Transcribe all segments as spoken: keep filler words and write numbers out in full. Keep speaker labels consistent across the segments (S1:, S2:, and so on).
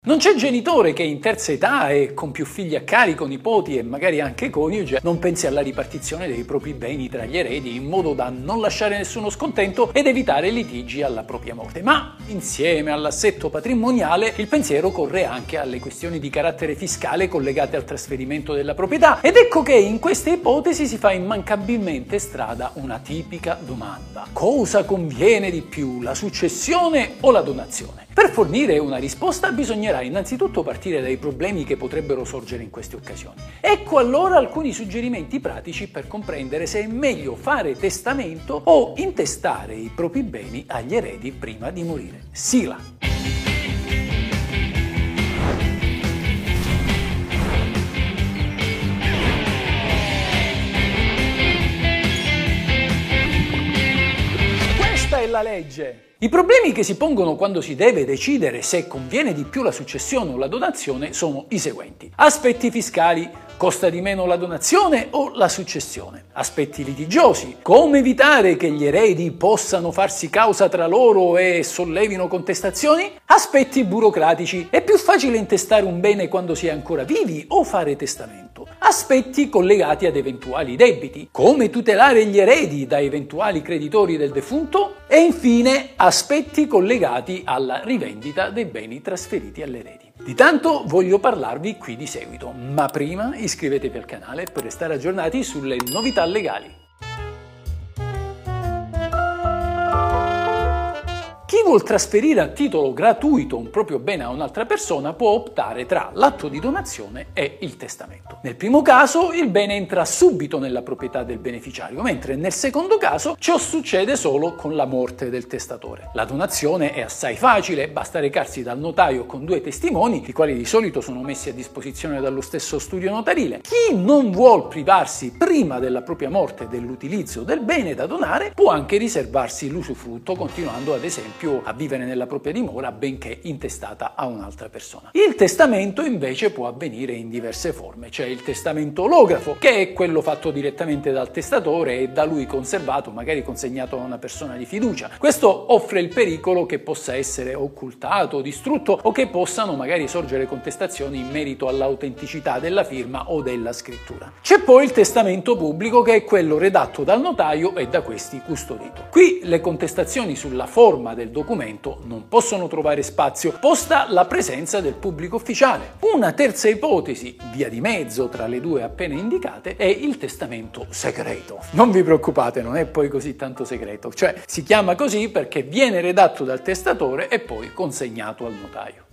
S1: Non c'è genitore che in terza età e con più figli a carico, nipoti e magari anche coniuge non pensi alla ripartizione dei propri beni tra gli eredi in modo da non lasciare nessuno scontento ed evitare litigi alla propria morte. Ma insieme all'assetto patrimoniale il pensiero corre anche alle questioni di carattere fiscale collegate al trasferimento della proprietà ed ecco che in queste ipotesi si fa immancabilmente strada una tipica domanda: cosa conviene di più, la successione o la donazione? Per fornire una risposta bisognerà innanzitutto partire dai problemi che potrebbero sorgere in queste occasioni. Ecco allora alcuni suggerimenti pratici per comprendere se è meglio fare testamento o intestare i propri beni agli eredi prima di morire. Sigla! Questa è la legge! I problemi che si pongono quando si deve decidere se conviene di più la successione o la donazione sono i seguenti. Aspetti fiscali: costa di meno la donazione o la successione? Aspetti litigiosi: come evitare che gli eredi possano farsi causa tra loro e sollevino contestazioni? Aspetti burocratici: è più facile intestare un bene quando si è ancora vivi o fare testamento? Aspetti collegati ad eventuali debiti: come tutelare gli eredi da eventuali creditori del defunto? E infine aspetti collegati alla rivendita dei beni trasferiti all'eredi. Di tanto voglio parlarvi qui di seguito, ma prima iscrivetevi al canale per restare aggiornati sulle novità legali. Chi vuol trasferire a titolo gratuito un proprio bene a un'altra persona può optare tra l'atto di donazione e il testamento. Nel primo caso il bene entra subito nella proprietà del beneficiario, mentre nel secondo caso ciò succede solo con la morte del testatore. La donazione è assai facile, basta recarsi dal notaio con due testimoni, i quali di solito sono messi a disposizione dallo stesso studio notarile. Chi non vuol privarsi prima della propria morte dell'utilizzo del bene da donare può anche riservarsi l'usufrutto, continuando ad esempio a vivere nella propria dimora benché intestata a un'altra persona. Il testamento invece può avvenire in diverse forme. C'è il testamento olografo, che è quello fatto direttamente dal testatore e da lui conservato, magari consegnato a una persona di fiducia. Questo offre il pericolo che possa essere occultato, distrutto o che possano magari sorgere contestazioni in merito all'autenticità della firma o della scrittura. C'è poi il testamento pubblico, che è quello redatto dal notaio e da questi custodito. Qui le contestazioni sulla forma del documento non possono trovare spazio, posta la presenza del pubblico ufficiale. Una terza ipotesi, via di mezzo tra le due appena indicate, è il testamento segreto. Non vi preoccupate, non è poi così tanto segreto, cioè si chiama così perché viene redatto dal testatore e poi consegnato al notaio.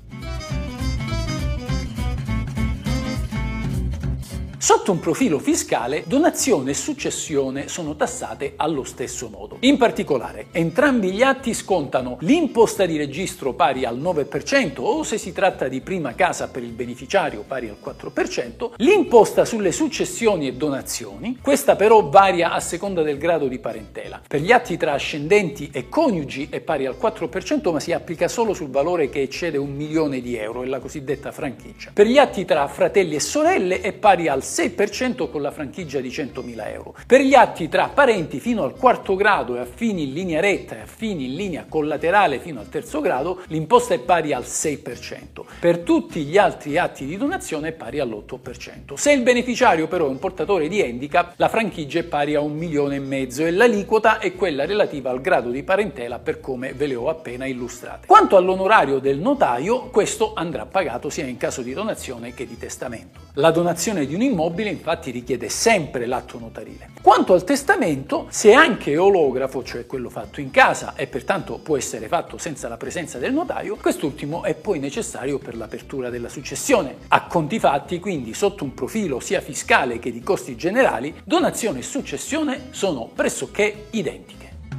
S1: Sotto un profilo fiscale, donazione e successione sono tassate allo stesso modo. In particolare, entrambi gli atti scontano l'imposta di registro pari al nove per cento o, se si tratta di prima casa per il beneficiario, pari al quattro per cento, l'imposta sulle successioni e donazioni, questa però varia a seconda del grado di parentela. Per gli atti tra ascendenti e coniugi è pari al quattro per cento, ma si applica solo sul valore che eccede un milione di euro, è la cosiddetta franchigia. Per gli atti tra fratelli e sorelle è pari al sei per cento con la franchigia di centomila euro. Per gli atti tra parenti fino al quarto grado e affini in linea retta e affini in linea collaterale fino al terzo grado, l'imposta è pari al sei per cento. Per tutti gli altri atti di donazione è pari all'otto per cento. Se il beneficiario però è un portatore di handicap, la franchigia è pari a un milione e mezzo e l'aliquota è quella relativa al grado di parentela, per come ve le ho appena illustrate. Quanto all'onorario del notaio, questo andrà pagato sia in caso di donazione che di testamento. La donazione di un immobile infatti richiede sempre l'atto notarile. Quanto al testamento, se anche è olografo, cioè quello fatto in casa, e pertanto può essere fatto senza la presenza del notaio, quest'ultimo è poi necessario per l'apertura della successione. A conti fatti, quindi, sotto un profilo sia fiscale che di costi generali, donazione e successione sono pressoché identiche.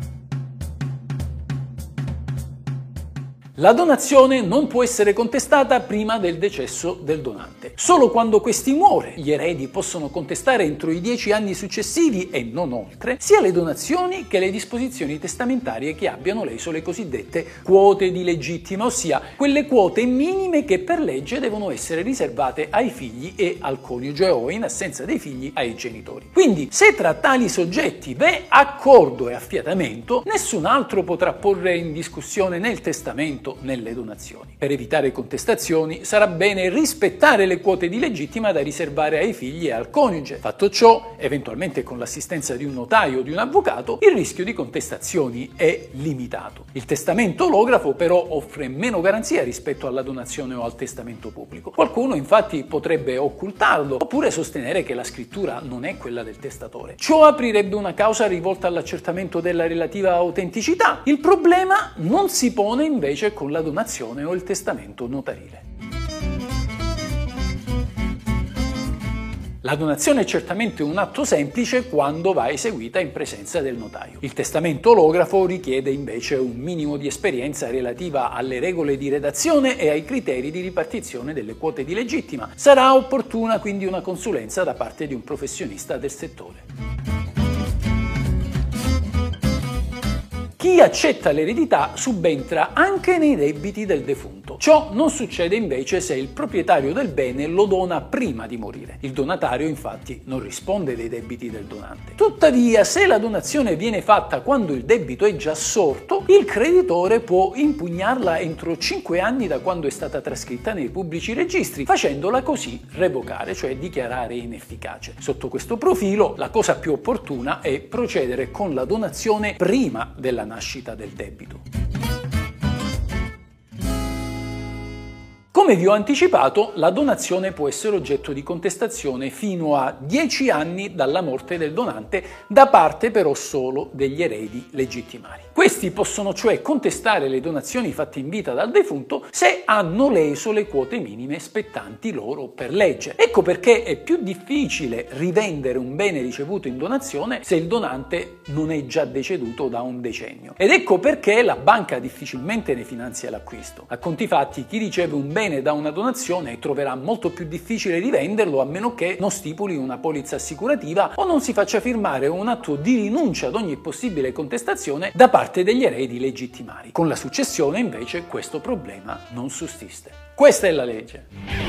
S1: La donazione non può essere contestata prima del decesso del donante. Solo quando questi muore, gli eredi possono contestare entro i dieci anni successivi e non oltre sia le donazioni che le disposizioni testamentarie che abbiano leso le cosiddette quote di legittima, ossia quelle quote minime che per legge devono essere riservate ai figli e al coniuge o, in assenza dei figli, ai genitori. Quindi, se tra tali soggetti v'è accordo e affiatamento, nessun altro potrà porre in discussione né il testamento testamento nelle donazioni. Per evitare contestazioni sarà bene rispettare le quote di legittima da riservare ai figli e al coniuge. Fatto ciò, eventualmente con l'assistenza di un notaio o di un avvocato, il rischio di contestazioni è limitato. Il testamento olografo però offre meno garanzia rispetto alla donazione o al testamento pubblico. Qualcuno infatti potrebbe occultarlo oppure sostenere che la scrittura non è quella del testatore. Ciò aprirebbe una causa rivolta all'accertamento della relativa autenticità. Il problema non si pone invece con la donazione o il testamento notarile. La donazione è certamente un atto semplice quando va eseguita in presenza del notaio. Il testamento olografo richiede invece un minimo di esperienza relativa alle regole di redazione e ai criteri di ripartizione delle quote di legittima. Sarà opportuna quindi una consulenza da parte di un professionista del settore. Chi accetta l'eredità subentra anche nei debiti del defunto. Ciò non succede invece se il proprietario del bene lo dona prima di morire. Il donatario infatti non risponde dei debiti del donante. Tuttavia, se la donazione viene fatta quando il debito è già sorto, il creditore può impugnarla entro cinque anni da quando è stata trascritta nei pubblici registri, facendola così revocare, cioè dichiarare inefficace. Sotto questo profilo, la cosa più opportuna è procedere con la donazione prima della nascita del debito. Come vi ho anticipato, la donazione può essere oggetto di contestazione fino a dieci anni dalla morte del donante, da parte però solo degli eredi legittimari. Questi possono cioè contestare le donazioni fatte in vita dal defunto se hanno leso le quote minime spettanti loro per legge. Ecco perché è più difficile rivendere un bene ricevuto in donazione se il donante non è già deceduto da un decennio. Ed ecco perché la banca difficilmente ne finanzia l'acquisto. A conti fatti, chi riceve un bene da una donazione troverà molto più difficile rivenderlo a meno che non stipuli una polizza assicurativa o non si faccia firmare un atto di rinuncia ad ogni possibile contestazione da parte degli eredi legittimari. Con la successione invece questo problema non sussiste. Questa è la legge.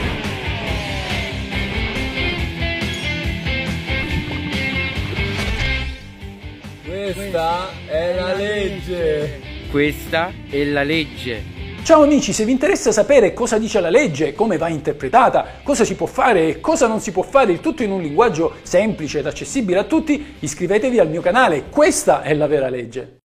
S2: Questa è la legge.
S3: Questa è la legge.
S1: Ciao amici, se vi interessa sapere cosa dice la legge, come va interpretata, cosa si può fare e cosa non si può fare, il tutto in un linguaggio semplice ed accessibile a tutti, iscrivetevi al mio canale. Questa è la vera legge.